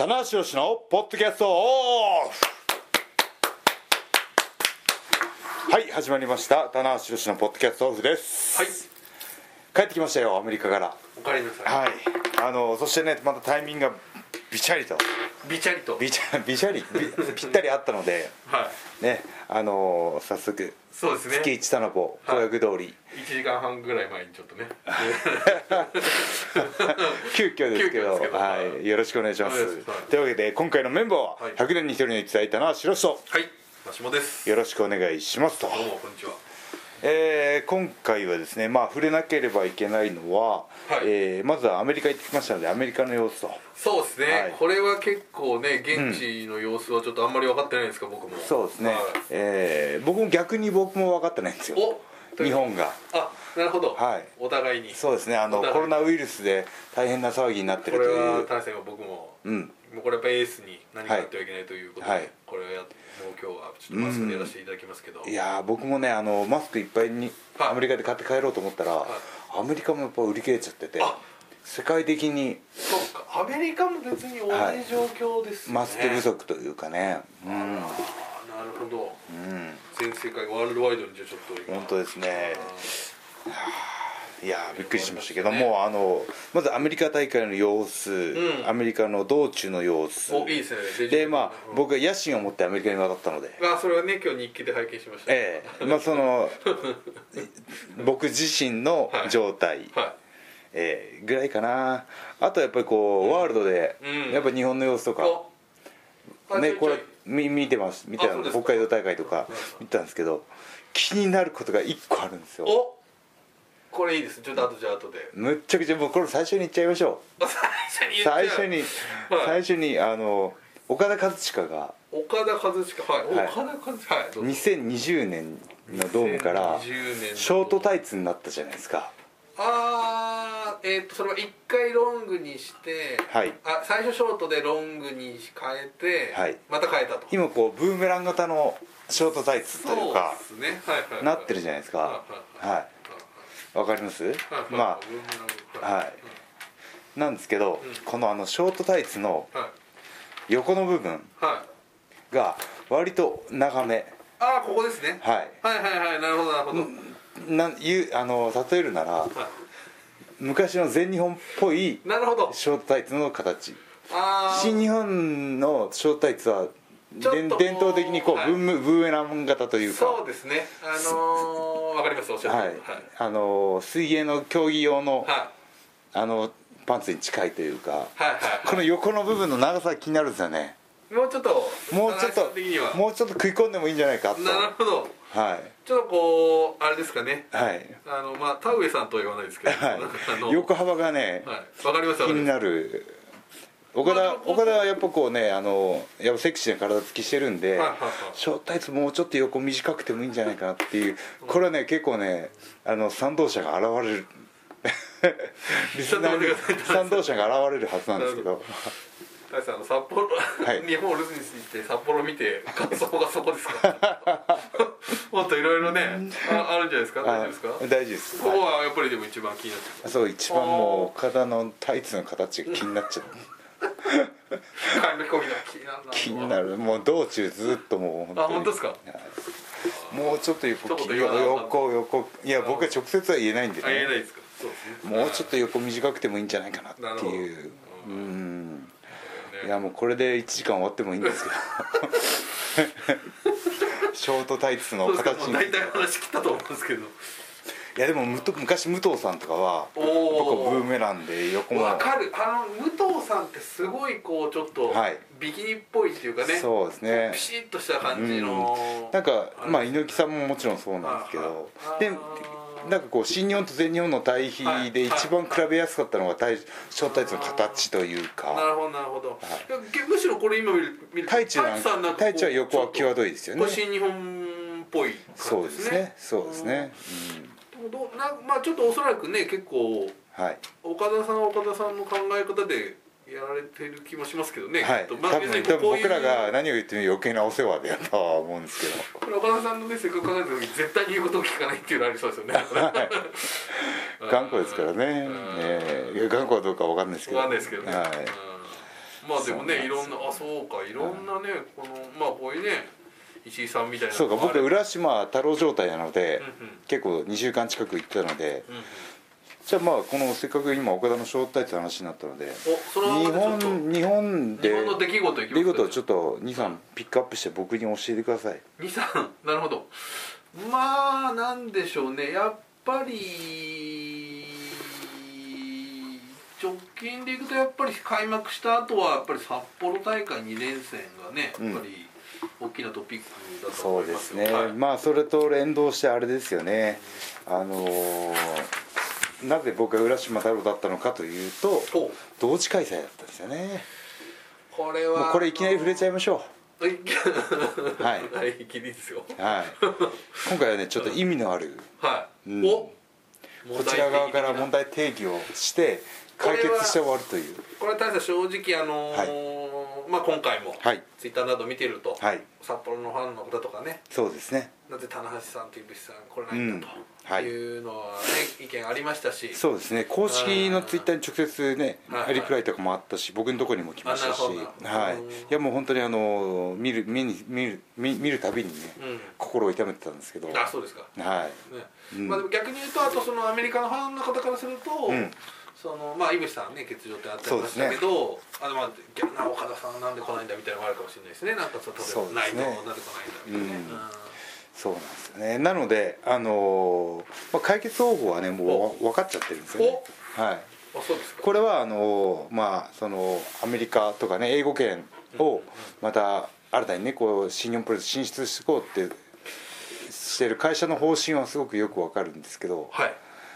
棚橋宏のポッドキャストオフ。はい、始まりました棚橋宏のポッドキャストオフです。 はい、 帰ってきましたよ、アメリカから。 お帰りなさい。 はい、そしてね、またタイミングがびちゃりとぴったりあったので、 はい、 ね、早速そうですね、 月一タナポ公約通り、 1時間半ぐらい前にちょっとね急遽ですけど、はい、よろしくお願いします。というわけで今回のメンバーは100年に一人の伝えたのは白人。 はい、マシモです。 よろしくお願いしますと。 どうもこんにちは。 今回はですね、触れなければいけないのは、 はい、 まずはアメリカ行ってきましたので、アメリカの様子と。 そうですね、 はい、これは結構ね、現地の様子はちょっとあんまり分かってないんですか、僕も。 そうですね、 はい、 僕も分かってないんですよ、日本が。 あ、なるほど、 はい、 お互いに。 そうですね、コロナウイルスで大変な騒ぎになってるという。 これは大勢は僕も、もうこれやっぱエースに何かやってはいけないということで、はい、これはもう今日はちょっとマスクでやらせていただきますけど、 いや僕もね、マスクいっぱいにアメリカで買って帰ろうと思ったら、アメリカもやっぱ売り切れちゃってて、世界的に。 そうか、アメリカも別に同じ状況ですね、 マスク不足というかね。 なるほど、全世界ワールドワイドにじゃちょっと今本当ですね。いやびっくりしましたけども、まずアメリカ大会の様子、アメリカの道中の様子いいですね。 で、僕は野心を持ってアメリカに渡ったので、 それはね、今日日記で拝見しました。 その僕自身の状態、ぐらいかな。あとやっぱりこう、ワールドでやっぱ日本の様子とかね、これ見てたんで、北海道大会とか見てたんですけど、気になることが1個あるんですよ。 これいいですね。ちょっとじゃあ後でむっちゃくちゃ、もうこれ最初に言っちゃいましょう。最初に岡田和親が2020年のドームからショートタイツになったじゃないですか。 それは1回ロングにして、最初ショートでロングに変えて、また変えたと。 今こうブーメラン型のショートタイツというかなってるじゃないですか。わかります？なんですけど、このショートタイツの横の部分が割と長め。 ここですね。はい、なるほどなるほど。例えるなら、昔の全日本っぽいショートタイツの形。新日本のショートタイツは伝統的にこうブーメラン型というか。 そうですね。わかります、おっしゃるとおり。 水泳の競技用のパンツに近いというか、この横の部分の長さが気になるんですよね。 もうちょっと食い込んでもいいんじゃないかと。 なるほど。ちょっとこうあれですかね。田上さんとは言わないですけど、 横幅がね、気になる。岡田はやっぱこうね、やっぱセクシーな体つきしてるんで、ショートタイツもうちょっと横短くてもいいんじゃないかなっていう。これはね、結構ね、賛同者が現れるリスナーに賛同者が現れるはずなんですけど、 大さん、札幌、日本を留守にして札幌見て感想がそこですか？もっといろいろね、あるんじゃないですか？大丈夫ですか？ 大丈夫です。 ここはやっぱりでも一番気になってる。 そう、一番もう岡田のタイツの形が気になっちゃう。気になる。もう道中ずっともう本当ですか？ もうちょっと横、いや僕は直接は言えないんでね。 言えないですか？ もうちょっと横短くてもいいんじゃないかなっていう。いやもうこれで1時間終わってもいいんですけどショートタイツの形に。 大体話切ったと思うんですけど。 いやでも昔武藤さんとかは僕はブーメランで横も分かる。武藤さんってすごいこうちょっとビキニっぽいっていうかね、 そうですね、 ピシッとした感じの、 なんか猪木さんももちろんそうなんですけど、でなんかこう新日本と全日本の対比で一番比べやすかったのがショートタイツの形というか。 なるほどなるほど。むしろこれ今見るタイツは横は際どいですよね。 これ新日本っぽい感じですね。 そうですね。 ちょっとおそらくね、結構岡田さんは岡田さんの考え方でやられてる気もしますけどね。 多分僕らが何を言っても余計なお世話でやったは思うんですけど、 これ岡田さんのね、せっかく考えた時に絶対に言うことを聞かないっていうのありそうですよね。 頑固ですからね。頑固はどうかわかんないですけど。 わかんないですけどね。 まあでもねいろんなそうかいろんなね、このまあこういうね石井さんみたいなそうか僕浦島太郎状態なので、 うんうん、 結構2週間近く行ってたので、 うんうん、 じゃあまあこのせっかく今岡田の招待って話になったのでその日本での出来事いきますか、ね、 出来事をちょっと23ピックアップして僕に教えてください。 23なるほど。まあなんでしょうね、やっぱり直近でいくとやっぱり開幕した後はやっぱり札幌大会2連戦がねやっぱり大きなトピックだと思いますよ。 そうですね、はい、まあそれと連動してあれですよね、なぜ僕が浦島太郎だったのかというと同時開催だったんですよね。 これはもうこれいきなり触れちゃいましょう。はい、 いきりですよ。 はい、今回はねちょっと意味のある、 はい、 うん、こちら側から問題提起をして解決して終わるという。 これは大佐正直まあ今回もツイッターなど見てると、 はい、 札幌のファンの方とかね、 そうですね、 なぜ棚橋さんという武士さん来れないんだというのはね、意見ありましたし、 そうですね、公式のツイッターに直接ねリプライとかもあったし、僕のところにも来ましたし、はい、いやもう本当に見るたびにね、心を痛めてたんですけど。 あ、そうですか。 はい、 まあでも逆に言うと、あとそのアメリカのファンの方からすると、そのまあ井口さんね欠場ってあってましたけど、まあ逆な岡田さんなんで来ないんだみたいなのもあるかもしれないですね。なんか例えばないとなんで来ないんだみたいなね。 そうなんですよね。なので解決方法はねもう分かっちゃってるんですよね。はい。 そうですか。 これはまあそのアメリカとかね英語圏をまた新たにねこう新日本プロレス進出していこうってしてる会社の方針はすごくよく分かるんですけど、 はい、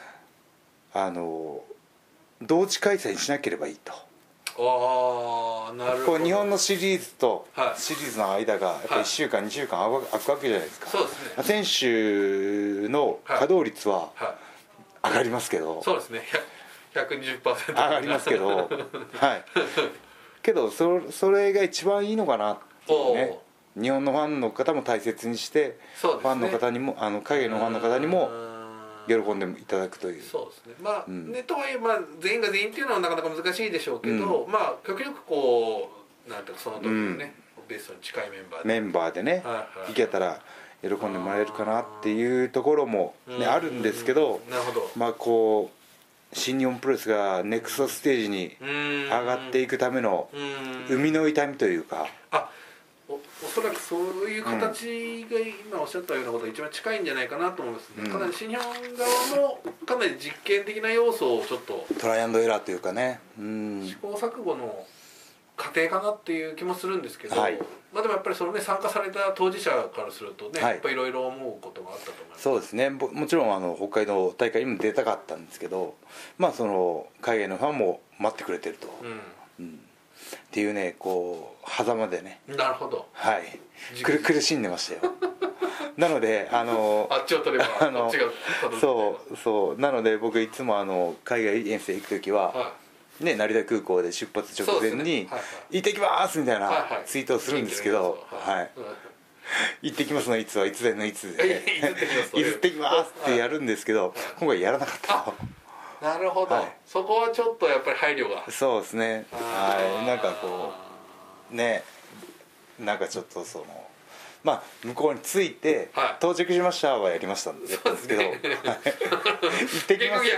同時開催にしなければいいと。 ああ、なるほど。 こう日本のシリーズとシリーズの間がやっぱり1週間、2週間空くわけじゃないですか。 そうですね。 選手の稼働率は上がりますけど、 そうですね、120% 上がりますけど、はい、けどそれが一番いいのかなっていうね。日本のファンの方も大切にして、ファンの方にも海外のファンの方にも喜んでいただくという。 そうですね。まあ、ねとはいえ、まあ全員が全員っていうのはなかなか難しいでしょうけど、まあ極力こうなんていうかその時のね、ベストに近いメンバーでね、いけたら喜んでもらえるかなっていうところもねあるんですけど、 なるほど。 まあこう新日本プロレスがネクストステージに上がっていくための生みの痛みというか。 おそらくそういう形が今おっしゃったようなことが一番近いんじゃないかなと思いますね。かなり新日本側もかなり実験的な要素をちょっとトライアンドエラーというかね、 試行錯誤の過程かなっていう気もするんですけど、まあでもやっぱりそのね参加された当事者からするとね、やっぱりいろいろ思うことがあったと思います。 そうですね、もちろん北海道大会にも出たかったんですけど、まあその海外のファンも待ってくれてると。っていうねこう狭間でね、 なるほど、 はい、苦しんでましたよ。なのであっちを取ればあっちがそうなので僕いつも海外遠征行く時は、ね、成田空港で出発直前に「行ってきます!」みたいなツイートをするんですけど、行ってきますのいつはいつでのいつで行ってきますってやるんですけど、今回やらなかったと。 なるほど、そこはちょっとやっぱり配慮が。 そうですね、はい、なんかこうね、なんかちょっとそのまあ向こうに着いて到着しましたはやりましたんですけど、行ってきます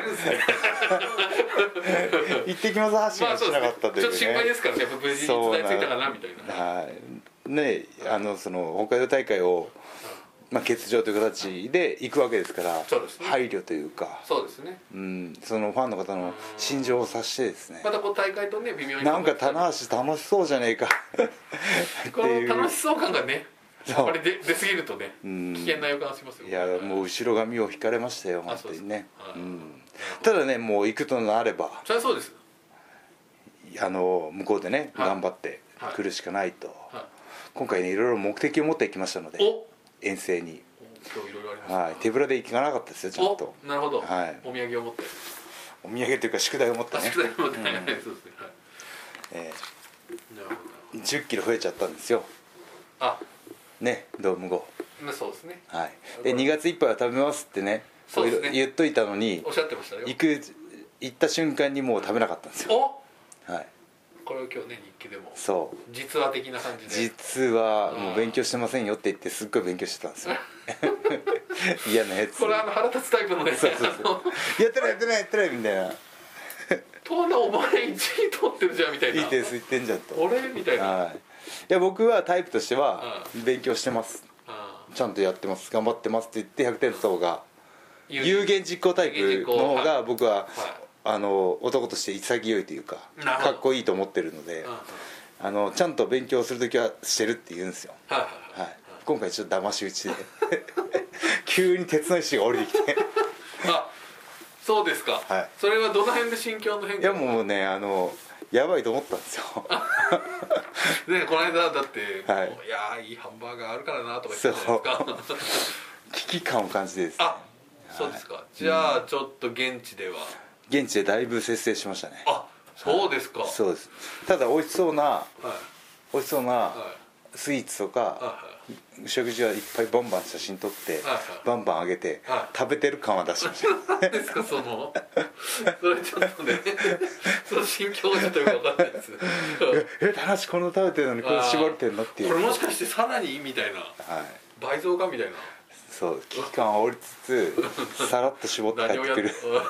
行ってきます発信はしなかったというね。 ちょっと心配ですからね、無事に伝え着いたかなみたいな。 はいね、その北海道大会を欠場という形で行くわけですから、配慮というか、 そうですね、 そのファンの方の心情を察してですね、 またこう大会とね微妙になんか棚橋楽しそうじゃねえかこの楽しそう感がねあまり出過ぎるとね危険な予感がしますよ。 いやもう後ろ髪を引かれましたよ本当にね。ただねもう行くとなればそりゃそうです。 向こうでね頑張って来るしかないと。今回ねいろいろ目的を持って行きましたので、遠征に手ぶらで行かなかったですよちゃんと。 なるほど、お土産を持って、 お土産というか宿題を持ってね、 宿題を持ってそうですね、 10キロ増えちゃったんですよね、ドーム後。 そうですね、 で2月いっぱいは食べますってね言っといたのに、 おっしゃってましたよ。 行った瞬間にもう食べなかったんですよ。 これを今日ね日記でもそう実話的な感じで実はもう勉強してませんよって言ってすっごい勉強してたんですよ嫌なやつこれ腹立つタイプのねそうやってないみたいなとなお前1位取ってるじゃんみたいないい点数いってんじゃんと俺みたいな、 はい、いや僕はタイプとしては勉強してます、ちゃんとやってます頑張ってますって言って100点取った方が有言実行タイプの方が僕は、男として潔いというかかっこいいと思ってるので、ちゃんと勉強するときはしてるって言うんですよ、はい、今回ちょっと騙し討ちで急に鉄の石が降りてきてあ、そうですか、はい、それはどの辺で心境の変化？ いやもうねやばいと思ったんですよね、この間だって、 はい、 いやいいハンバーガーあるからなとか言ってたじゃないですか危機感を感じてですね。 あ、そうですか、じゃあちょっと現地では現地でだいぶ節制しましたね。 あ、そうですか、 そうです。ただ美味しそうなスイーツとか食事はいっぱいバンバン写真撮ってバンバンあげて食べてる感は出しました。 何ですかそれちょっとねその心境がちょっとよく分かんないです棚橋この食べてるのにこれ絞れてるのっていう、 これもしかしてさらにみたいな、倍増かみたいな、 そう危機感を煽りつつさらっと絞って帰ってくる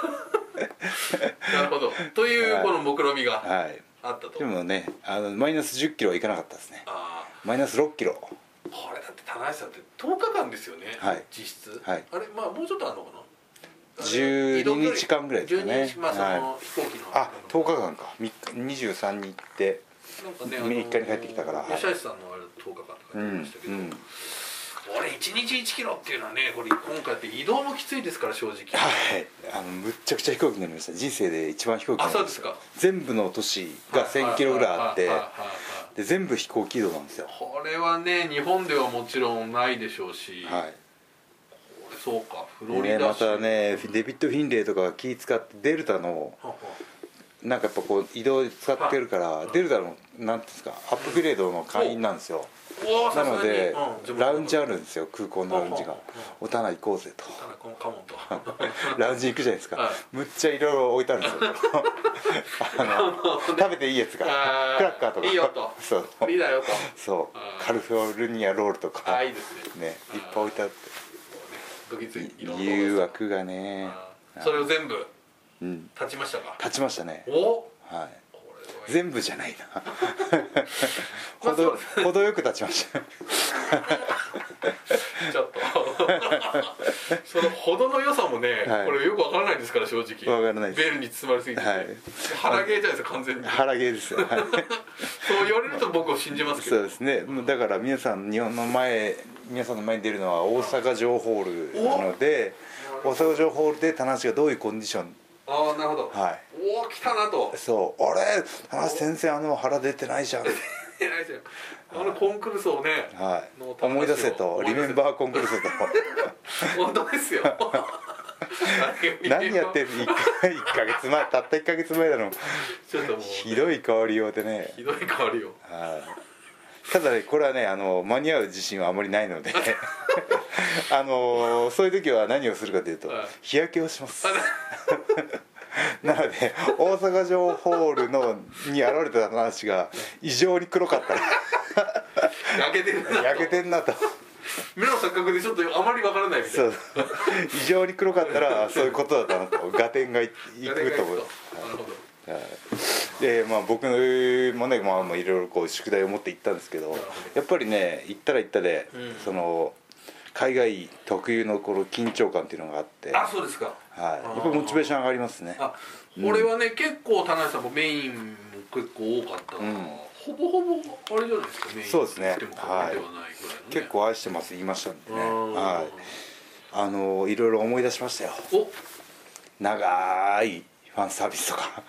なるほどというこの目論見があったと。 でもねマイナス10キロはいかなかったですね。マイナス6キロ。 これだって棚橋さんって10日間ですよね、実質、あれまあもうちょっとあるのかな、 12日間ぐらいですかね。 12日、まあその飛行機の 10日間か23に行って3日に帰ってきたから吉橋さんのあれ10日間とか言ってましたけど、俺1日1キロっていうのはね、これ今回って移動もきついですから正直。 むっちゃくちゃ飛行機乗りました。人生で一番飛行機乗りました。 そうですか。 全部の都市が1000キロぐらいあってで全部飛行機移動なんですよ。 これはね日本ではもちろんないでしょうし、これそうかフロリダまたねデビッド・フィンレイとかが気使ってデルタのなんかやっぱこう移動使ってるからデルタのなんていうんですかアップグレードの会員なんですよ。なのでラウンジあるんですよ、空港のラウンジが。お棚行こうぜとラウンジ行くじゃないですか。むっちゃいろいろ置いてあるんですよ食べていいやつがクラッカーとかいいよと、そういいだよと、 そうカリフォルニアロールとかいいですね、 いっぱい置いてあって誘惑がね。 それを全部立ちましたか？ 立ちましたね。はい、全部じゃないな程よく立ちましたちょっとその程の良さもね、これよくわからないですから正直。 わからないです。 ベルに包まれすぎて、腹芸じゃないですか完全に。腹芸ですよそう言われると僕を信じますけど。 そうですね。だから皆さんの前に出るのは大阪城ホールなので、大阪城ホールで棚橋がどういうコンディション、 なるほど、おお来たなと。 そうあれ棚橋先生腹出てないじゃんコンクルールをね、 思い出せと、リメンバーコンクルールと本当ですよ何やってる1ヶ月前たった1ヶ月前だのちょっともうひどい変わりようでね。 ひどい変わりよう。 ただねこれはね間に合う自信はあまりないのでそういう時は何をするかというと日焼けをしますなので大阪城ホールに現れた話が異常に黒かったら焼けてんなと目の錯覚でちょっとあまりわからないみたいな。 異常に黒かったらそういうことだったなと合点がいくと思う。なるほど。で僕もねいろいろこう宿題を持って行ったんですけど、やっぱりね行ったら行ったで、その海外特有のこの緊張感っていうのがあって。 そうですか。 やっぱりモチベーション上がりますね。 俺はね結構田中さんもメインも結構多かったから、ほぼほぼあれじゃないですかメイン。 そうですね。結構愛してます言いましたんでね。いろいろ思い出しましたよ。長いファンサービスとか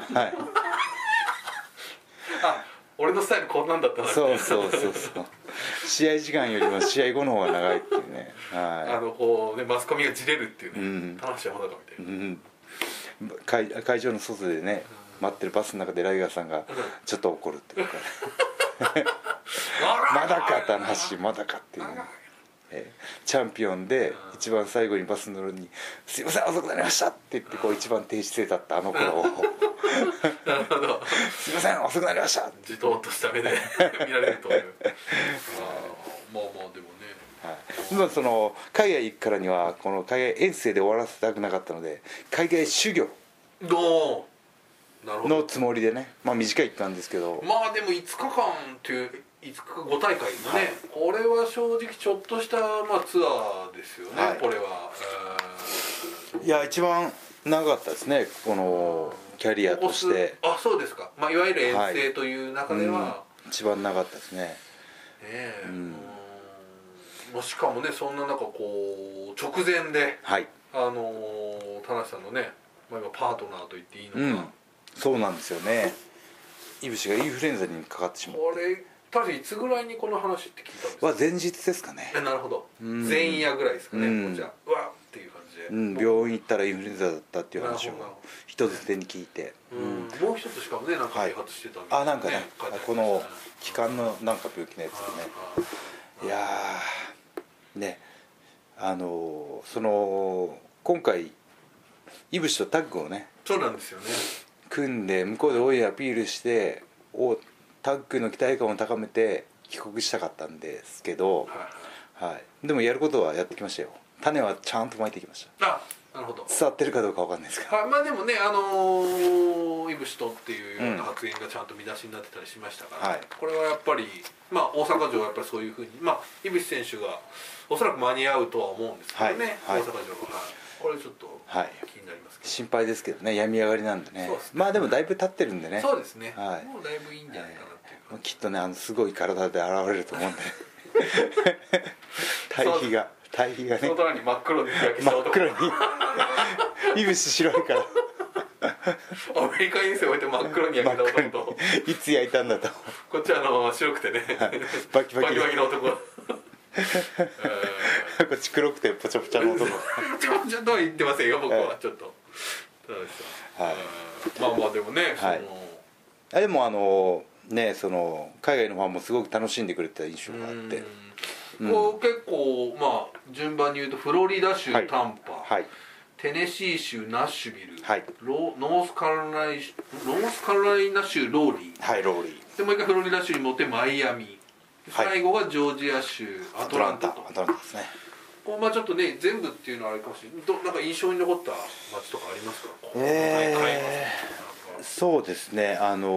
俺のスタイルこんなんだったな。 そう試合時間よりも試合後の方が長いっていうね。 こうねマスコミがじれるっていうね、話はまだかみたいな。会場の外でね待ってるバスの中でライガーさんがちょっと怒るっていうかまだかって話まだかっていうね。 チャンピオンで一番最後にバス乗るに「すいません遅くなりました」って言ってこう一番低姿勢だったあの頃をなるほどすいません遅くなりましたじとっとした目で見られるというまあでもね、 はい、その海外行くからにはこの海外遠征で終わらせたくなかったので海外修行のつもりでね、まあ短い期間ですけど、 まあでも5日間っていう5大会のね、はい、これは正直ちょっとした、まあ、ツアーですよね、はい、これは、 いや一番長かったですねこのキャリアとして。 あそうですか、まあ、いわゆる遠征という中では、 はい、一番長かったですね。 しかもねそんな中こう直前で、 はい、 田無さんのね、まあ、今パートナーと言っていいのか、 そうなんですよね。いぶしがインフルエンザにかかってしまって。 これ確かいつぐらいにこの話って聞いたんですか。 は前日ですかね。 なるほど、前夜ぐらいですかね、じゃあうわっていう感じで、 病院行ったらインフルエンザだったっていう話を人づてに聞いて、 もう一つしかもねなんか併発してたみたいな、 あなんかねこの気管のなんか病気のやつでね、いやねその今回いぶしとタッグをねそうなんですよね組んで向こうで大いアピールしてタッグの期待感を高めて帰国したかったんですけど、はい、でもやることはやってきましたよ。種はちゃんとまいてきました。 あなるほど伝わってるかどうかわかんないですけど、 まあでもねいぶしとっていうような発言がちゃんと見出しになってたりしましたから、これはやっぱりまあ大阪城はやっぱりそういうふうにまあいぶし選手がおそらく間に合うとは思うんですけどね、大阪城は、これちょっと気になりますけど、 心配ですけどね病み上がりなんでね。まあでもだいぶ経ってるんでね。 そうですね、もうだいぶいいんじゃないかなっていうきっとねすごい体で現れると思うんで対比がねその隣に真っ黒で日焼けした男、 真っ黒にいぶし白いからアメリカ遠征置いて真っ黒に焼けた男といつ焼いたんだとこっち白くてねバキバキの男こっち黒くてポチャポチャの男ポチャポチャとは言ってませんよ僕はちょっとまあでもねでもねその海外のファンもすごく楽しんでくれた印象があってこう結構まあ順番に言うとフロリダ州タンパ、テネシー州ナッシュビル、ノースカロライナ州ローリー、でもう一回フロリダ州に持ってマイアミ、最後がジョージア州アトランタですね。 こうまあちょっとね全部っていうのはあれかもしれない。なんか印象に残った街とかありますか。 そうですね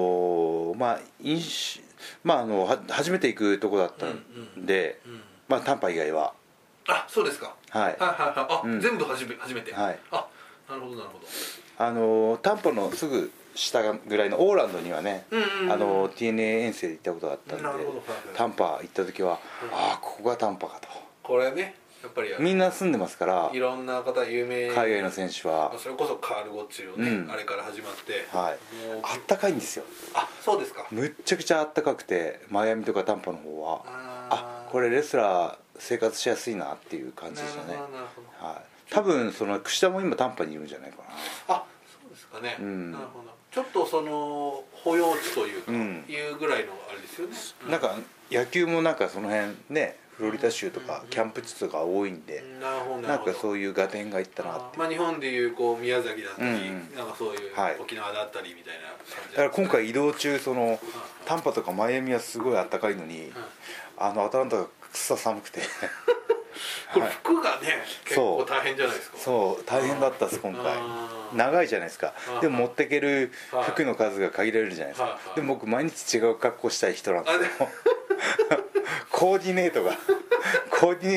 初めて行くとこだったんで、まあタンパ以外はそうですか。全部初めて。なるほどなるほど。タンパのすぐ下ぐらいのオーランドにはね、TNA 遠征で行ったことがあったんで、タンパ行った時はここがタンパかと。 これねやっぱりみんな住んでますからいろんな方有名海外の選手はそれこそカール・ゴッチのね、あれから始まってあったかいんですよ。 そうですか。 むっちゃくちゃあったかくてマイアミとかタンパの方はこれレスラー生活しやすいなっていう感じでしたね。多分その櫛田も今タンパにいるんじゃないかな。 そうですかね。なるほど。ちょっとその保養地というか、いうぐらいのあれですよね。 なんか野球もなんかその辺ねフロリダ州とかキャンプ地とか多いんで、なんかそういう合点がいったなって。 まあ日本でいうこう宮崎だったり、なんかそういう沖縄だったりみたいな感じ。 だから今回移動中そのタンパとかマイアミはすごい暖かいのに、アトランタがくっさ寒くて。 これ服がね結構大変じゃないですか。 そう大変だったです今回。長いじゃないですか。でも持ってける服の数が限られるじゃないですか。でも僕毎日違う格好したい人なんですよ。コーディネートが大変。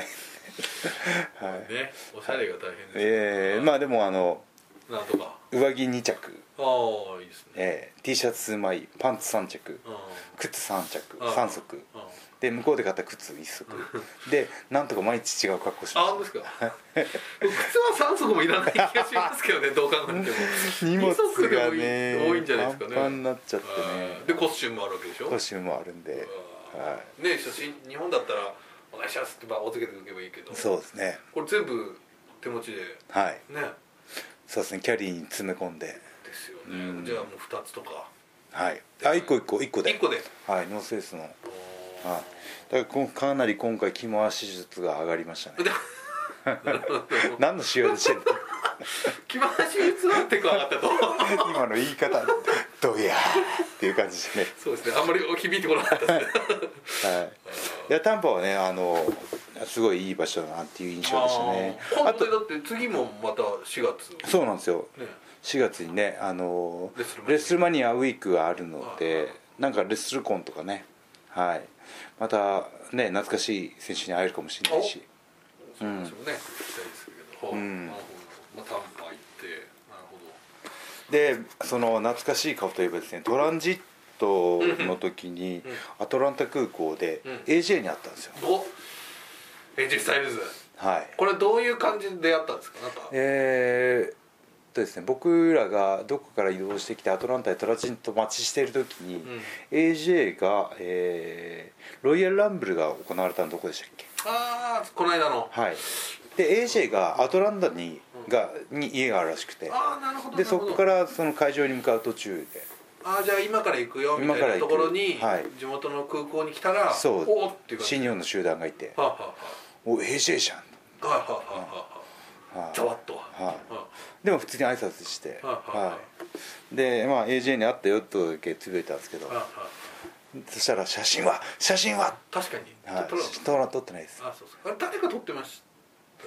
ね、おしゃれが大変です。 まあでもなんとか上着2着、 いいですね。 T シャツ数枚、パンツ3着、靴3着、3足。で向こうで買った靴1足でなんとか毎日違う格好しました。 ですか。靴は3足もいらない気がしますけどねどう考えても荷物がね多いんじゃないですかね。 パンパンになっちゃってね。 でコスチュームもあるわけでしょ。 コスチュームもあるんでね写真日本だったらお願いしますっておつけておけばいいけど、 そうですね。 これ全部手持ちでね。 そうですねキャリーに詰め込んでですよね。じゃあもう2つとか 1個で 1個でノースフェイスのはい、だからかなり今回肝足術が上がりましたね何の仕様でしてんの肝足術はテク上がったと今の言い方どやーっていう感じでねそうですね、あんまり響いてこなかったですねはい、いやタンパはねすごいいい場所だなっていう印象でしたね。 あとだって次もまた4月そうなんですよ、ね、4月にねレッスルマニアウィークがあるので、なんかレッスルコンとかね、はい、またね懐かしい選手に会えるかもしれないし、 そうですよね、期待ですけど、なるほど、タンパ行って、なるほど。 でその懐かしい顔といえばですね、トランジットの時にアトランタ空港で AJ に会ったんですよ。 AJ スタイルズ、 はい、 これどういう感じで出会ったんですか？なんかですね、僕らがどこから移動してきてアトランタでトランジット待ちしている時に、AJ が、ロイヤルランブルが行われたのどこでしたっけ？ ああ、この間の、 はい、で AJ がアトランタに家があるらしくて、 なるほど、 でそこからその会場に向かう途中で、 じゃあ今から行くよみたいなところに、はい、地元の空港に来たら、 そうおっていう新日本の集団がいて、お AJ じゃん、 ざわっと、 でも普通に挨拶して、で、AJ に会ったよとだけつぶやいたんですけど、そしたら写真は確かに、 撮ってないです。 そう誰が撮ってました？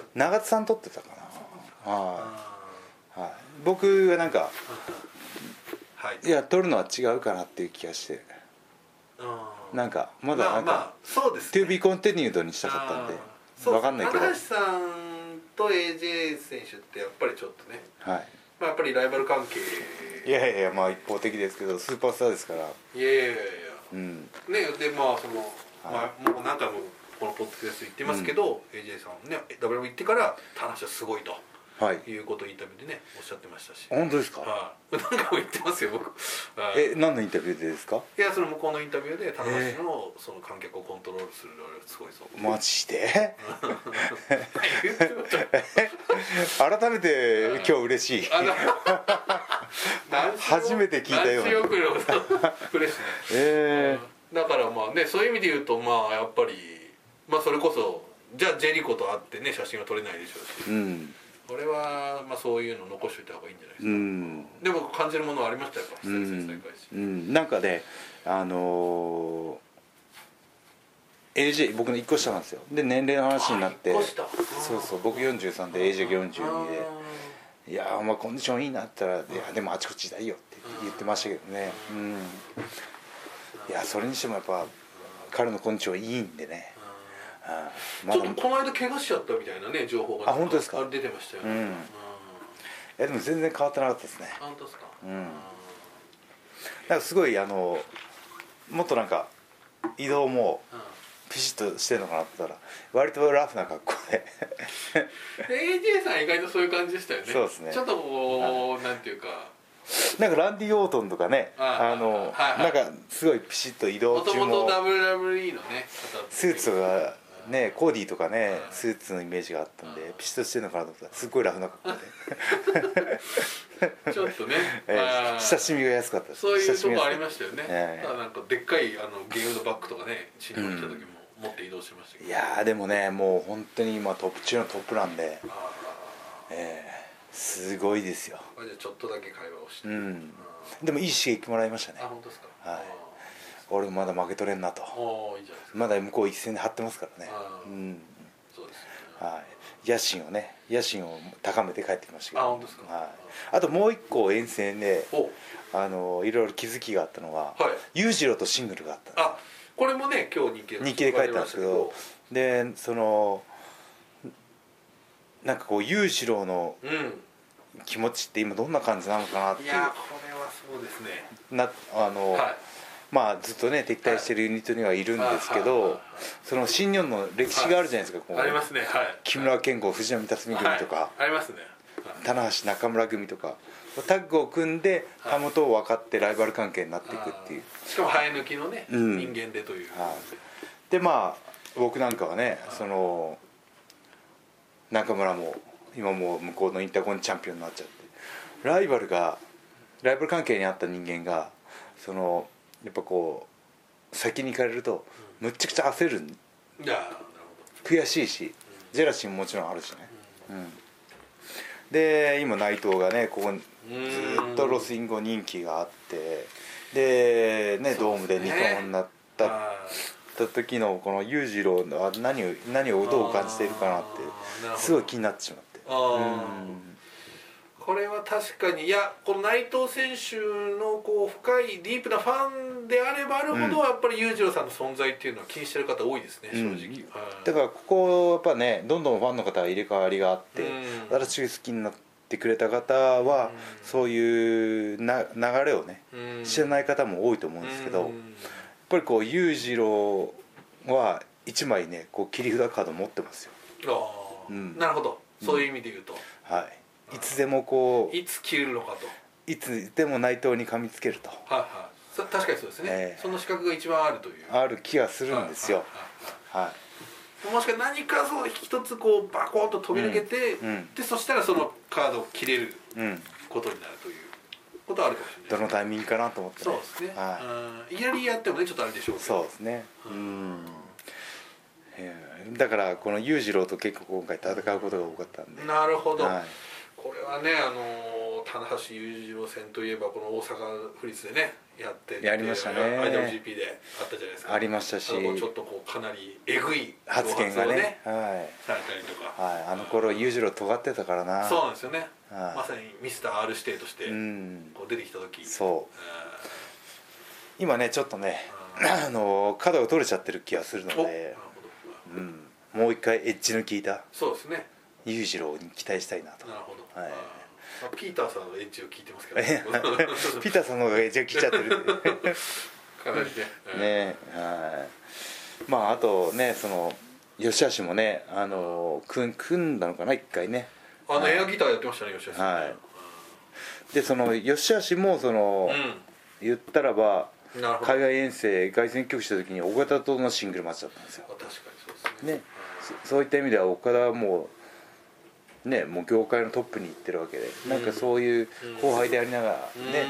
長津さん撮ってたかな。はい、僕はなんか、いや撮るのは違うかなっていう気がして、なんかまだなんか、 そうですね、 To be continued にしたかったんで分かんないけど、 高橋さんと AJ 選手ってやっぱりちょっとね、 はい、 やっぱりライバル関係、 いや一方的ですけどスーパースターですから、 いや、ねでもう何回もこのポッドキャスト言ってますけど、AJ さんね WW 行ってから田中はすごいと、いうことをインタビューでねおっしゃってましたし。 本当ですか？ 何回も言ってますよ僕。 何のインタビューでですか？ いや、その向こうのインタビューで田中のその観客をコントロールするのがすごいぞ。 マジで？改めて今日嬉しい。初めて聞いたような。 嬉しいね。だからそういう意味で言うとやっぱりそれこそじゃあジェリコと会ってね写真は撮れないでしょうし、これはそういうの残しておいた方がいいんじゃないですか。でも感じるものはありましたよ、久々に再会し。 なんかねAJ 僕の1個下なんですよ。で年齢の話になって、そう僕43で AJ が42で、いやコンディションいいなって言ったら、いやでもあちこちだいよって言ってましたけどね。いやそれにしてもやっぱ彼のコンディションいいんでね。 ちょっとこの間怪我しちゃったみたいなね情報が本当ですか？ 出てましたよね。 でも全然変わってなかったですね。 本当ですか？ なんかすごいもっとなんか移動もピシッとしてるのかなって言ったら割とラフな格好で AJ さん意外とそういう感じでしたよね。 そうですね。 ちょっとこうなんていうか、 なんかランディ・オートンとかね、なんかすごいピシッと移動中ももともと WWE のねスーツがね、コーディとかねスーツのイメージがあったんでピシッとしてるのかなと思ったらすっごいラフな格好でちょっとね親しみが安かったです。 そういうとこありましたよね。なんかでっかいゲームのバッグとかね新日本来た時も持って移動しましたけど、 いやでもねもう本当に今トップ中のトップなんで、すごいですよ。 じゃあちょっとだけ会話をして、 でもいい刺激もらいましたね。 本当ですか？ 俺もまだ負け取れんなと。 いいじゃないですか。 まだ向こう一戦で張ってますからね。 そうですね。野心を高めて帰ってきましたけど。 本当ですか？ あともう一個遠征でいろいろ気づきがあったのは、裕次郎とシングルがあった。 これもね今日日記で書いたんですけど、でなんかこう裕次郎の気持ちって今どんな感じなのかなっていう。 いやこれはそうですね。 ずっとね敵対してるユニットにはいるんですけど、その新日本の歴史があるじゃないですか。 ありますね。 木村健吾、藤波辰巳組とか、 ありますね。 棚橋中村組とかタッグを組んでたもとを分かってライバル関係になっていくっていう。 しかも生え抜きのね人間でという。 で僕なんかはね中村も今もう向こうのインターコンチャンピオンになっちゃって、ライバル関係にあった人間がやっぱこう先に行かれるとむっちゃくちゃ焦る。 いや、なるほど。悔しいし、ジェラシーももちろんあるしね。で今内藤がねここずっとロスインゴ人気があって、でねドームで2冠になった時のこの裕次郎の何をどう感じているかなってすごい気になってしまって。 これは確かに、いやこの内藤選手のこう深いディープなファンであればあるほど、やっぱり裕次郎さんの存在っていうのは気にしてる方多いですね、正直。 だからここやっぱねどんどんファンの方が入れ替わりがあって、新しく好きになってくれた方は、そういう流れをね、知らない方も多いと思うんですけど、やっぱりこう裕次郎は1枚ねこう切り札カード持ってますよ。 なるほど、そういう意味で言うと、 はい、いつでもこういつ切れるのかと、 いつでも内藤に噛みつけると。 確かにそうですね、その資格が一番あるというある気がするんですよ。 もしか何かそう一つこうバコンと飛び抜けて、でそしたらそのカードを切れることになるということはあるかもしれない。 どのタイミングかなと思って、 そうですね。いきなりやってもねちょっとあれでしょうけど。 そうですね。だからこの裕次郎と結構今回戦うことが多かったんで。 なるほど。これはね棚橋裕次郎戦といえばこの大阪府立でねやりましたね。 IWGP であったじゃないですか。 ありましたし、 ちょっとこうかなりえぐい発言がねされたりとか、 あの頃裕次郎尖ってたからな。 そうなんですよね。まさにミスター R 指定としてこう出てきた時、 そう今ねちょっとね角が取れちゃってる気がするので、もう一回エッジの効いたそうですね裕次郎に期待したいなと。 なるほど。ピーターさんのエッジを聞いてますけどピーターさんの方がエッジを聞いちゃってるかなりね。まああとねその吉橋もね組んだのかな一回ね。 エアギターやってましたね吉橋さん。 でその吉橋もその言ったらば海外遠征凱旋帰国した時に岡田とのシングルマッチだったんですよ。 確かにそうですね。 そういった意味では岡田はもう業界のトップに行ってるわけで、なんかそういう後輩でありながらね、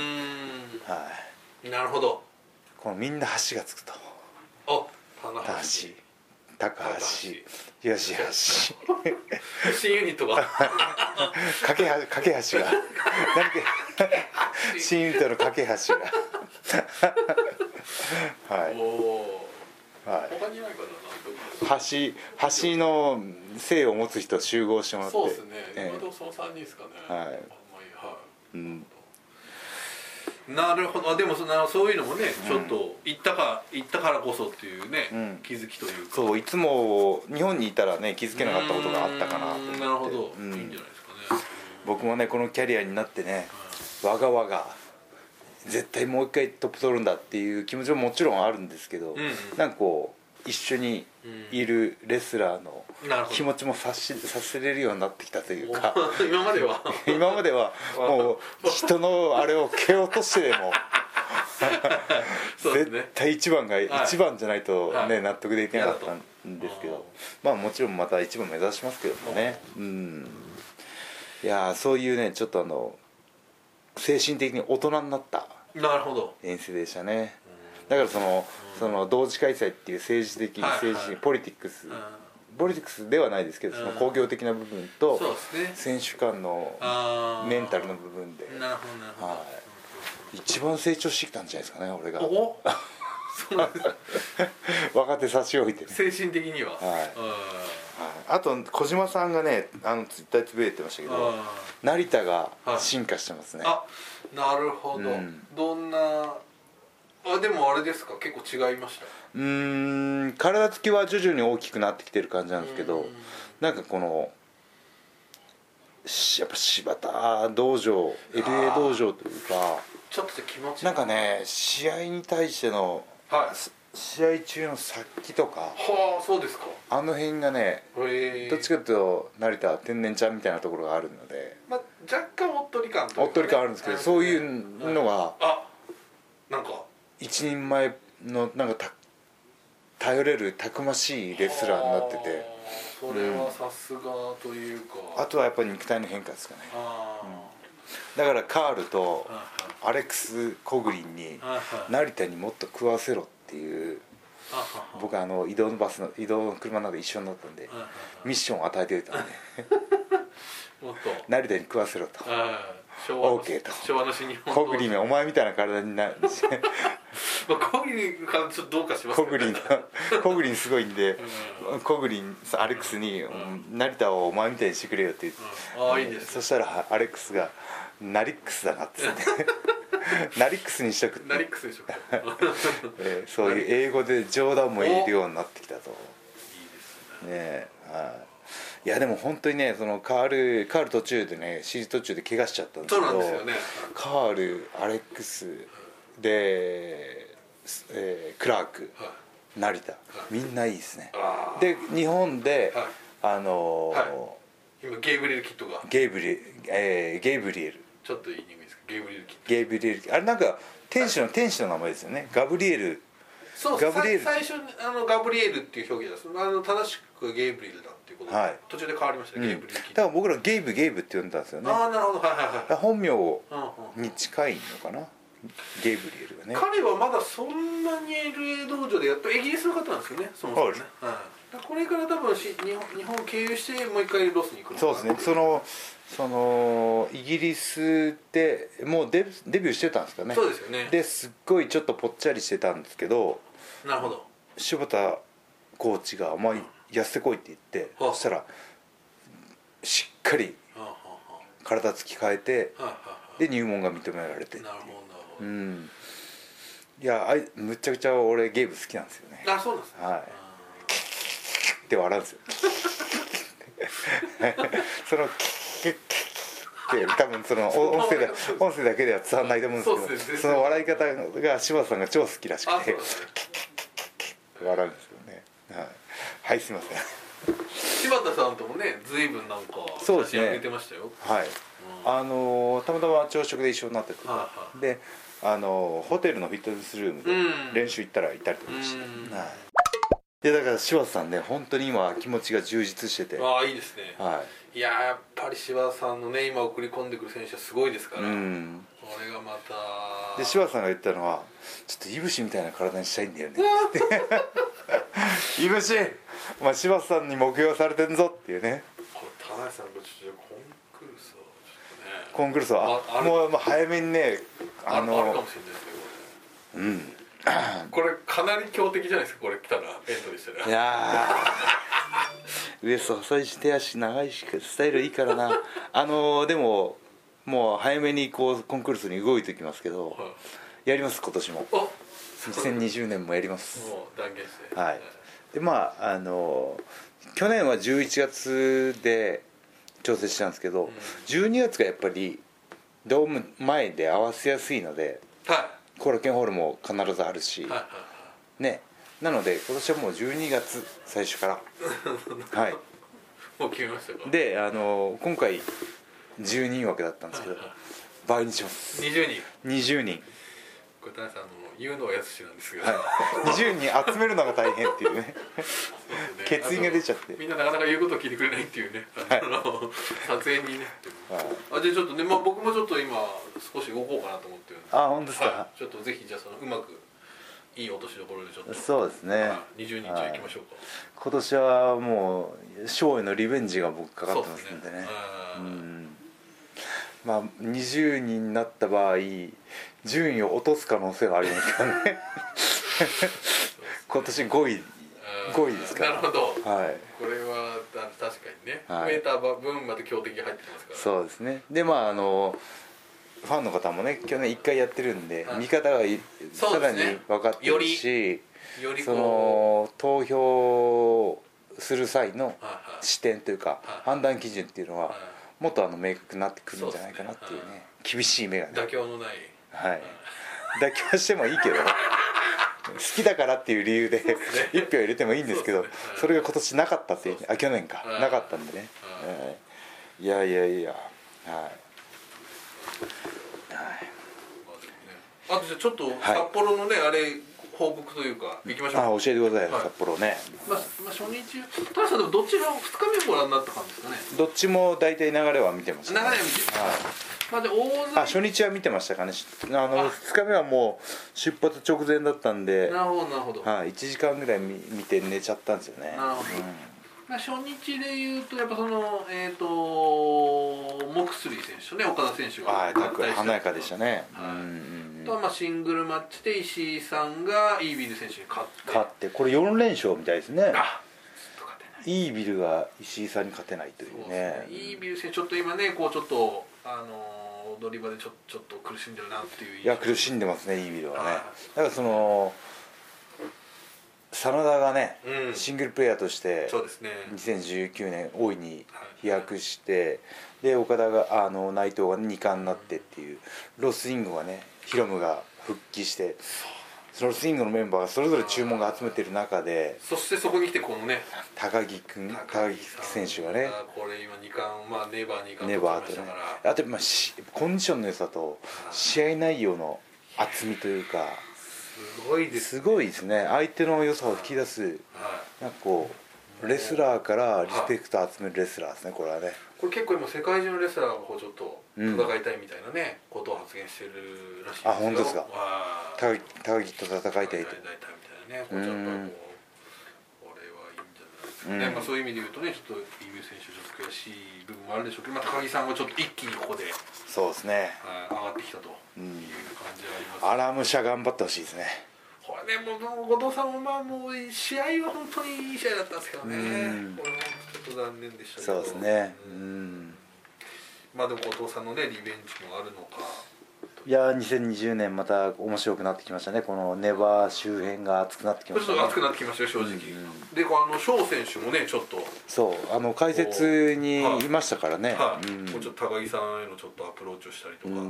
なるほど。 このみんな橋がつくと、高橋吉橋新ユニットが架け橋が新ユニットの架け橋が他にいないかな。 橋の姓を持つ人集合してもらって。 そうですね。今でもその3人ですかね。なるほど。でもそういうのもねちょっと行ったからこそっていうね気づきというか。 そういつも日本にいたらね気づけなかったことがあったかなと思って。 なるほど。いいんじゃないですかね。 僕もねこのキャリアになってねわがわが絶対もう一回トップ取るんだっていう気持ちももちろんあるんですけど、なんかこう一緒にいるレスラーの気持ちも察せれるようになってきたというか今まではもう人のあれを蹴落としてでも絶対一番じゃないとね納得できなかったんですけど、まあもちろんまた一番目指しますけどもね。いやそういうねちょっと精神的に大人になった遠征でしたね。だからその同時開催っていう政治的ポリティクスではないですけど、その工業的な部分と選手間のメンタルの部分で一番成長してきたんじゃないですかね俺が。若手差し置いてね精神的には。 あと小島さんがねツイッターでつぶやいてましたけど成田が進化してますね。 なるほど。どんなでもあれですか結構違いました。 体つきは徐々に大きくなってきてる感じなんですけど、なんかこのやっぱ柴田道場 LA 道場というかちょっと気持ちなんかね試合に対しての試合中の殺気とかそうですか。 あの辺がねどっちかというと成田天然ちゃんみたいなところがあるので、 若干おっとり感あるんですけど、そういうのがなんか一人前のなんか頼れるたくましいレスラーになってて、 それはさすがというか、 あとはやっぱり肉体の変化ですかね。だからカールとアレックス・コグリンに成田にもっと食わせろっていう僕移動の車の中で一緒になったんで、ミッションを与えておいたんでもっと成田に食わせろと、OK と、 昭和の新日本コグリンお前みたいな体になるコグリンからちょっとどうかしますけどね。 コグリンすごいんで、コグリンアレックスに成田をお前みたいにしてくれよって言って、 いいですね。 そしたらアレックスがナリックスだなって言ってナリックスにしとくって、 ナリックスにしとくそういう英語で冗談も言えるようになってきたと。いいですね。 ね、いやでも本当にね、そのカール途中でね、シリーズ途中で怪我しちゃったんですけど、 そうなんですよね。 カール、アレックスで、クラーク、成田、みんないいですね。で日本で、 今ゲイブリエル・キッドがゲイブリエル、 ちょっと言いにくいですけど、 ゲイブリエル、あれなんか天使の名前ですよね。ガブリエル。 そう、最初ガブリエルっていう表現です。正しくゲイブリエルだっていうことで、途中で変わりましたね、ゲイブリエル。 だから僕らゲイブって呼んだんですよね。 なるほど。 本名に近いのかな、ゲイブリエルがね。 彼はまだそんなに LA 道場でやっとイギリスの方なんですよね、そもそもね。これから多分日本を経由してもう一回ロスに行くのかな。 そうですね。そのイギリスでもうデビューしてたんですかね。 そうですよね。 ですっごいちょっとぽっちゃりしてたんですけど、 なるほど、 柴田コーチが「お前痩せてこい」って言って、そしたらしっかり体つき変えて、で入門が認められて。 なるほど。 いやむちゃくちゃ俺ゲーム好きなんですよね。 そうなんですね。 って笑うんですよそのって多分その音声だけでは伝わらないと思うんですけど、その笑い方が柴田さんが超好きらしくて笑うんですよね。はい、すいません。 柴田さんともね、随分なんか写真上げてましたよ。 はい、たまたま朝食で一緒になってて、でホテルのフィットネスルームで練習行ったりとかして、いやだから柴田さんね、本当に今気持ちが充実してて、 いいですね。いややっぱり柴田さんのね、今送り込んでくる選手はすごいですから、これがまたで柴田さんが言ったのは、ちょっといぶしみたいな体にしたいんだよねいぶし、お前柴田さんに目標されてんぞっていうね。 これ田中さんがちょっとコンクルールはもう早めにね、 あるかもしれないですね。これかなり強敵じゃないですか、これ来たらエントリーしたら。 いやウエスト細いし手足長いしスタイルいいからなでももう早めにこうコンクルールに動いてきますけど、やります今年も。2020年もやります。 もう断言して。 で去年は11月で調整したんですけど、12月がやっぱりドーム前で合わせやすいので、コロケンホールも必ずあるし、ね、なので今年はもう12月最初からもう決めましたか。 で今回10人枠だったんですけど、倍にします。20人。 これ田中さん言うのはやつしなんですが、 20人集めるのが大変っていうね欠員が出ちゃって、 みんななかなか言うことを聞いてくれないっていうね、撮影にね。じゃあちょっとね、僕もちょっと今少し動こうかなと思ってるんで。 本当ですか。 ちょっとぜひじゃあうまくいい落としどころでちょっと。 そうですね。 20人じゃあ行きましょうか。 今年はもう賞へのリベンジが僕かかってますんでね。20人になった場合順位を落とす可能性はありますからね今年5位ですから。 なるほど。 これは確かにね、メーター分まで強敵が入ってますから。 そうですね。でファンの方もね、去年1回やってるんで、見方がさらに分かってるし、その投票する際の視点というか判断基準っていうのはもっと明確になってくるんじゃないかなっていうね。厳しい目がね、 妥協のない、 妥協してもいいけど好きだからっていう理由で1票入れてもいいんですけど、それが今年なかったっていう、去年かなかったんでね。いやあとじゃあちょっと札幌のね、あれ報告というか行きましょう。 教えてください、札幌ね。 初日、田中さんでもどっちが2日目ご覧になった感じですかね。 どっちも大体流れは見てます。 流れは見てで初日は見てましたかね。2日目はもう出発直前だったんで、 なるほどなるほど、 1時間ぐらい見て寝ちゃったんですよね。 なるほど、初日でいうとやっぱそのモクスリー選手とね岡田選手が華やかでしたね。 とシングルマッチで石井さんがイービル選手に勝ってこれ4連勝みたいですね。イービルが石井さんに勝てないというね。 イービル選手ちょっと今ねこうちょっと踊り場でちょっと苦しんでるなっていう。 いや苦しんでますねイービルはね。だからその真田がね、シングルプレーヤーとして2019年大いに飛躍して、で岡田が内藤が2冠になってっていう、ロスインゴがねヒロムが復帰して、そのロスインゴのメンバーがそれぞれ注文が集めてる中で、 そしてそこに来てこのね高木選手がね、 これ今2冠、ネバー2冠取りましたから、あとコンディションの良さと試合内容の厚みというか、すごいですね。相手の良さを引き出す、なんかこうレスラーからリスペクトを集めるレスラーですね。これはね、 これ結構今世界中のレスラーがこうちょっと戦いたいみたいなね、ことを発言してるらしいですよ。 本当ですか。高木と戦いたいと。 みたいなね、こうちょっとこれはいいんじゃないですかね。そういう意味で言うとね、ちょっとイービル選手ちょっと悔しい部分もあるでしょうけど、高木さんがちょっと一気にここでそうですね、 上がってきたという感じがあります。 アラム社頑張ってほしいですね。 これね、もう後藤さんももう試合は本当にいい試合だったんですけどね、これもちょっと残念でしたけど。 そうですね。 でも後藤さんのねリベンジもあるのか。 いや2020年また面白くなってきましたね。このネバー周辺が熱くなってきましたね。 熱くなってきましたよ正直。で翔選手もねちょっとそう解説にいましたからね。 もうちょっと高木さんへのちょっとアプローチをしたりとか。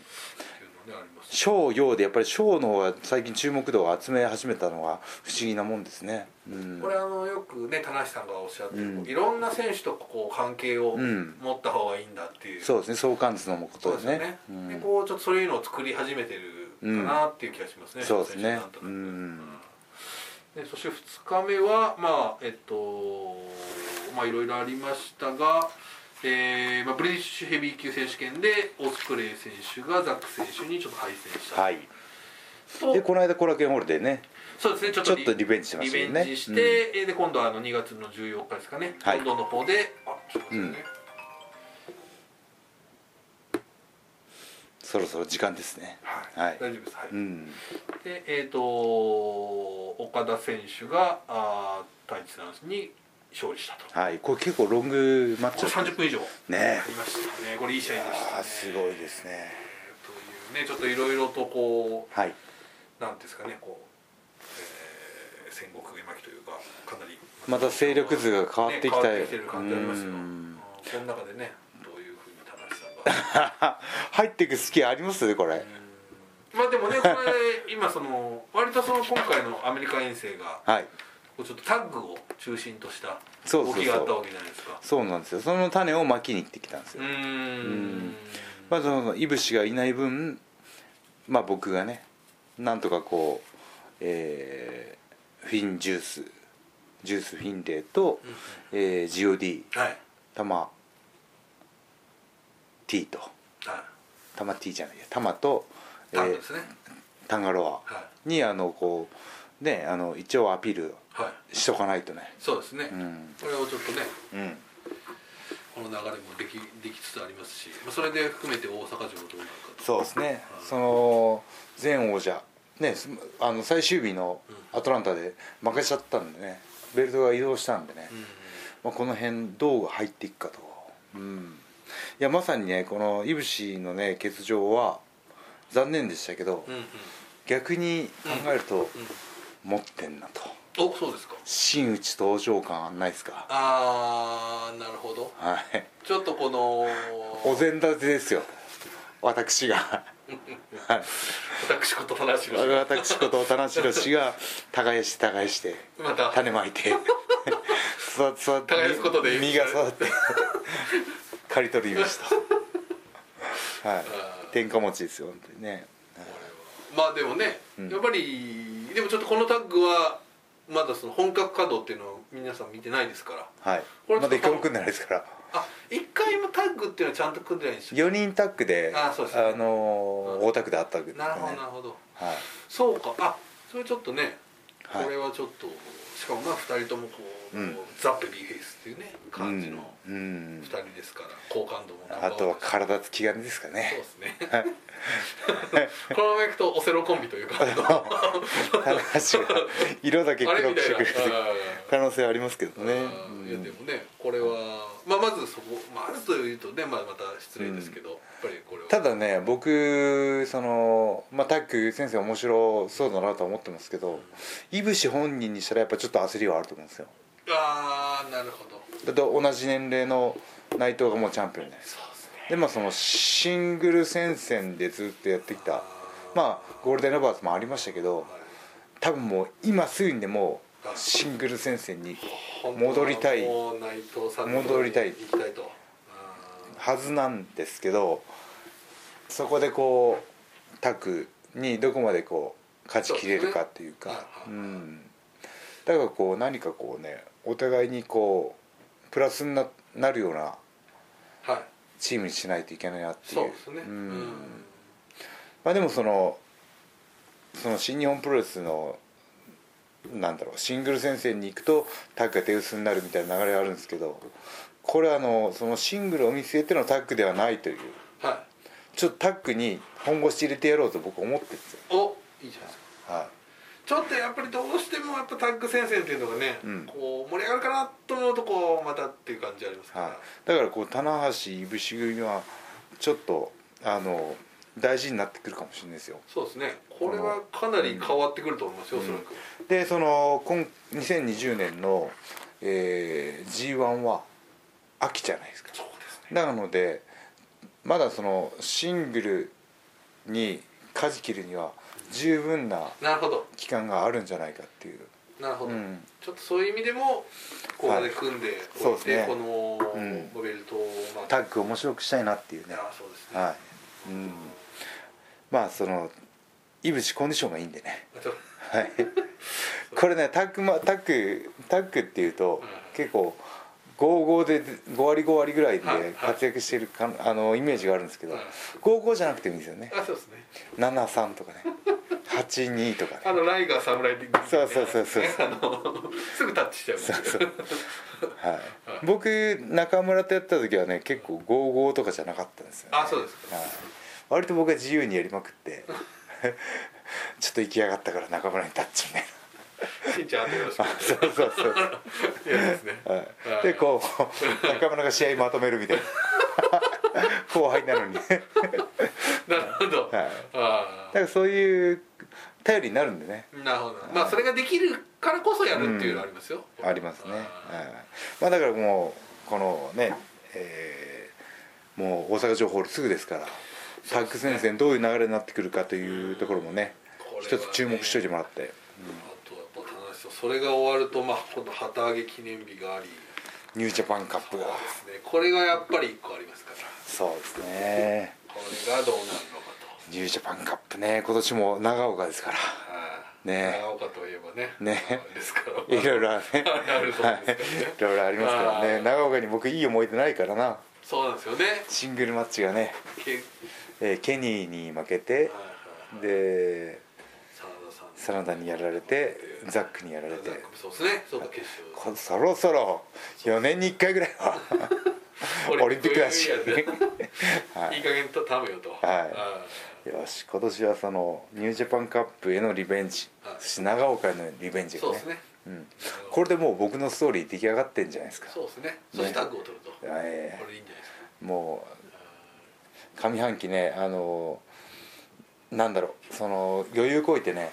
翔陽でやっぱり翔の方が最近注目度を集め始めたのは不思議なもんですね。 これよくね田無さんがおっしゃってる、いろんな選手とこう関係を持った方がいいんだっていう。 そうですね、相関図のことですね。 でこうちょっとそういうのを作り始めてるかなっていう気がしますね。 そうですね。 そして2日目はいろいろありましたが、ブリティッシュヘビー級選手権でオスプレイ選手がザック選手にちょっと敗戦した。 でこの間コラケンホールでね、 そうですね、ちょっとリベンジしましたよね。リベンジして、で今度は2月の14日ですかね、ロンドンの方でそろそろ時間ですね。 大丈夫です。で岡田選手がタイチさんに勝利したと。 これ結構ロングマッチ 30分以上ねありましたね。これいい試合でしたね。 すごいですね。 というね、ちょっといろいろとこうなんですかね、こう戦国絵巻というか、かなりまた勢力図が変わってきた変わってきてる感じありますよ。この中でね、どういうふうに田無さんが入っていく隙ありますねこれ。 でもね、これ今割と今回のアメリカ遠征がちょっとタッグを中心とした動きがあったわけじゃないですか。 そうなんですよ。その種をまきに行ってきたんですよ。まずイブシがいない分、僕がねなんとかこう、フィンジュースフィンレイと、GOD タマ T とタマ T じゃないやタマとタンガロアにこうね一応アピールしとかないとね。 そうですね。これをちょっとね、この流れもできつつありますし、それで含めて大阪城はどうなるか。 そうですね。その前王者ね、最終日のアトランタで負けちゃったんでね、ベルトが移動したんでね、この辺どう入っていくかと。いやまさにねこのイブシのね欠場は残念でしたけど、逆に考えると持ってんなと。 そうですか。 真打ち登場感ないですか。 なるほど。ちょっとこのお膳立てですよ私が私こと田無が耕してまた種まいて育って耕すことで実が育って刈り取りました。天下持ちですよ本当にね。 でもね、やっぱりでもちょっとこのタッグはまだ本格稼働っていうのを皆さん見てないですから。 まだ1回も組んでないですから。 1回合もタッグっていうのはちゃんと組んでないんですよ。 4人タッグで大田区であったわけですかね。なるほどなるほど、 はい、 そうか。それちょっとね、これはちょっと、しかもまあ2人ともこう、ザ・ベビーフェイスっていうね感じの2人ですから、好感度もあとは体つきがねですかね。 そうですねこのままいくとオセロコンビというか話が色だけ黒くしてくれる可能性ありますけどね。 いやでもね、これはまずそこ、あるというとね、また失礼ですけど、やっぱりこれはただね、僕タッグ先生面白そうだなとは思ってますけど、いぶし本人にしたらやっぱちょっと焦りはあると思うんですよ。 なるほど。 だって同じ年齢の内藤がもうチャンピオンじゃないですか。でそのシングル戦線でずっとやってきたゴールデンロバーツもありましたけど、多分もう今すぐにでもシングル戦線に戻りたいはずなんですけど、そこでこうタッグにどこまでこう勝ちきれるかっていうか、だからこう何かこうね、お互いにこうプラスになるようなチームにしないといけないなっていう。 そうですね。 でもその新日本プロレスのシングル戦線に行くとタッグが手薄になるみたいな流れがあるんですけど、これはそのシングルを見据えてのタッグではないという、ちょっとタッグに本腰入れてやろうと僕思ってるんですよ。 いいじゃないですか。ちょっとやっぱりどうしてもやっぱタッグ戦線っていうのがね、こう盛り上がるかなと思うとこうまたっていう感じありますから、 だからこう棚橋いぶし組はちょっと大事になってくるかもしれないですよ。 そうですね、これはかなり変わってくると思いますよ、おそらく。 で2020年の、G1 は秋じゃないですか。 そうですね。 なのでまだそのシングルに舵切るには十分な期間があるんじゃないかっていう。 なるほど、ちょっとそういう意味でもここで組んでおいて、このベルトをタッグを面白くしたいなっていうね。 そうですね。 そのいぶしコンディションがいいんでね。これね、タッグっていうと結構55で5割5割ぐらいで活躍しているイメージがあるんですけど、55じゃなくてもいいですよね。 そうですね。 73とかね、82とかね。 ライガー侍でそうすぐタッチしちゃう。 僕中村とやった時はね、結構55とかじゃなかったんですよね。 そうですか。 割と僕は自由にやりまくってちょっと行きやがったから中村にタッチみたいな。 しんちゃんよろしく。 そういやですね。 でこう中村が試合まとめるみたいな後輩なのになるほど。 だからそういう頼りになるんでね。 なるほど。それができるからこそやるっていうのはありますよ。 ありますね。だからもうこのね、もう大阪城ホールすぐですから、タッグ戦線どういう流れになってくるかというところもね、一つ注目しておいてもらって。 あとやっぱ楽しそう。それが終わると今度旗揚げ記念日があり、 ニュージャパンカップが。 これがやっぱり1個ありますから。 そうですね。 これがどうなるのかと。 ニュージャパンカップね、今年も長岡ですから。 長岡といえばね。ですから。 いろいろね。いろいろありますからね。長岡に僕いい思い出ないからな。 そうなんですよね。 シングルマッチがね、ケニーに負けて、で真田にやられて、ザックにやられて。 そうですね。そうか、決勝。 そろそろ4年に1回ぐらいはオリンピックだし、いい加減と頼むよと。 よし、今年はそのニュージャパンカップへのリベンジ、そして長岡へのリベンジがね、これでもう僕のストーリー出来上がってんじゃないですか。 そうですね。そしてタッグを取ると。これでいいんじゃないですか。 もう上半期ね、なんだろう、その余裕こいてね、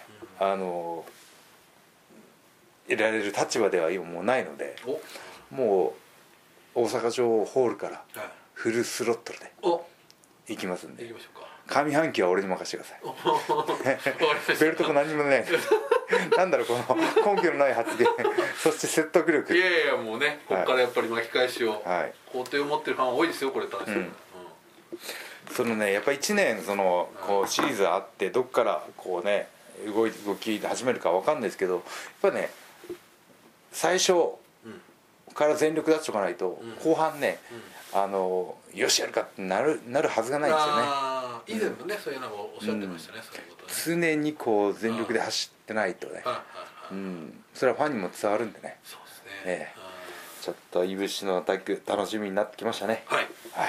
得られる立場では今もうないので、もう大阪城ホールからフルスロットルで行きますんで、上半期は俺に任せてくださいベルトも何にもないなんだろう、この根拠のない発言そして説得力。 いやもうね、ここからやっぱり巻き返しを肯定を持ってるファン多いですよ、これ楽しみ。 そのね、やっぱ1年こうシリーズあって、どっからこうね動き始めるか分かんないですけど、やっぱね最初から全力出しておかないと、後半ねよしやるかってなるはずがないんですよね。 以前もね、そういうのもおっしゃってましたね、そういうことね。常にこう全力で走ってないとね、それはファンにも伝わるんでね。 そうですね。 ちょっといぶしのアタック楽しみになってきましたね。はい、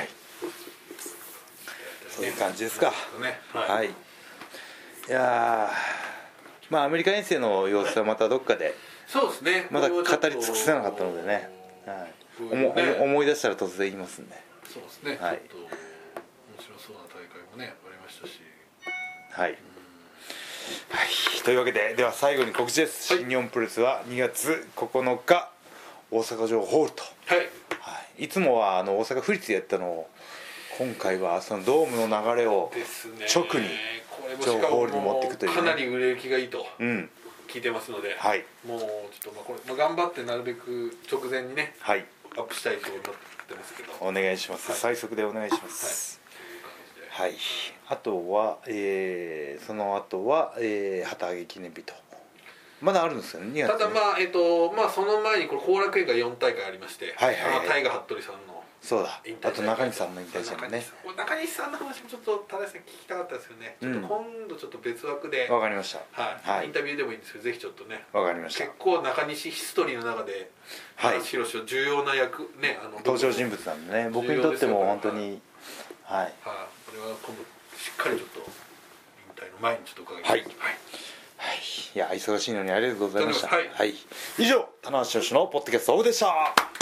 そういう感じですか。はい。いやまあアメリカ遠征の様子はまたどっかで、 そうですね、 まだ語り尽くせなかったのでね、思い出したら突然言いますんで。 そうですね、ちょっと面白そうな大会もねありましたし。 はい、というわけで、では最後に告知です。新日本プロレスは2月9日大阪城ホールと、いつもは大阪府立でやったのを、今回はそのドームの流れを直に城ホールに持っていくという、 かなり売れ行きがいいと聞いてますので、もうちょっとこれ頑張ってなるべく直前にね、アップしたいと思ってますけど、 お願いします。最速でお願いします。あとは、その後は、旗揚げ記念日とまだあるんですよね、2月。 ただその前にこれ後楽園が4大会ありまして、タイガ服部さんの、 そうだ、あと中西さんの引退試合もね。 中西さんの話もちょっと田中さん聞きたかったですよね。ちょっと今度ちょっと別枠で、 わかりました。 インタビューでもいいんですけど、ぜひちょっとね、 わかりました。 結構中西ヒストリーの中で宏は重要な役ね、 登場人物なんでね、僕にとっても本当に、 これは今度しっかりちょっと引退の前にちょっと伺います。 いや忙しいのにありがとうございました。以上、棚橋宏のポッドキャストオフでした。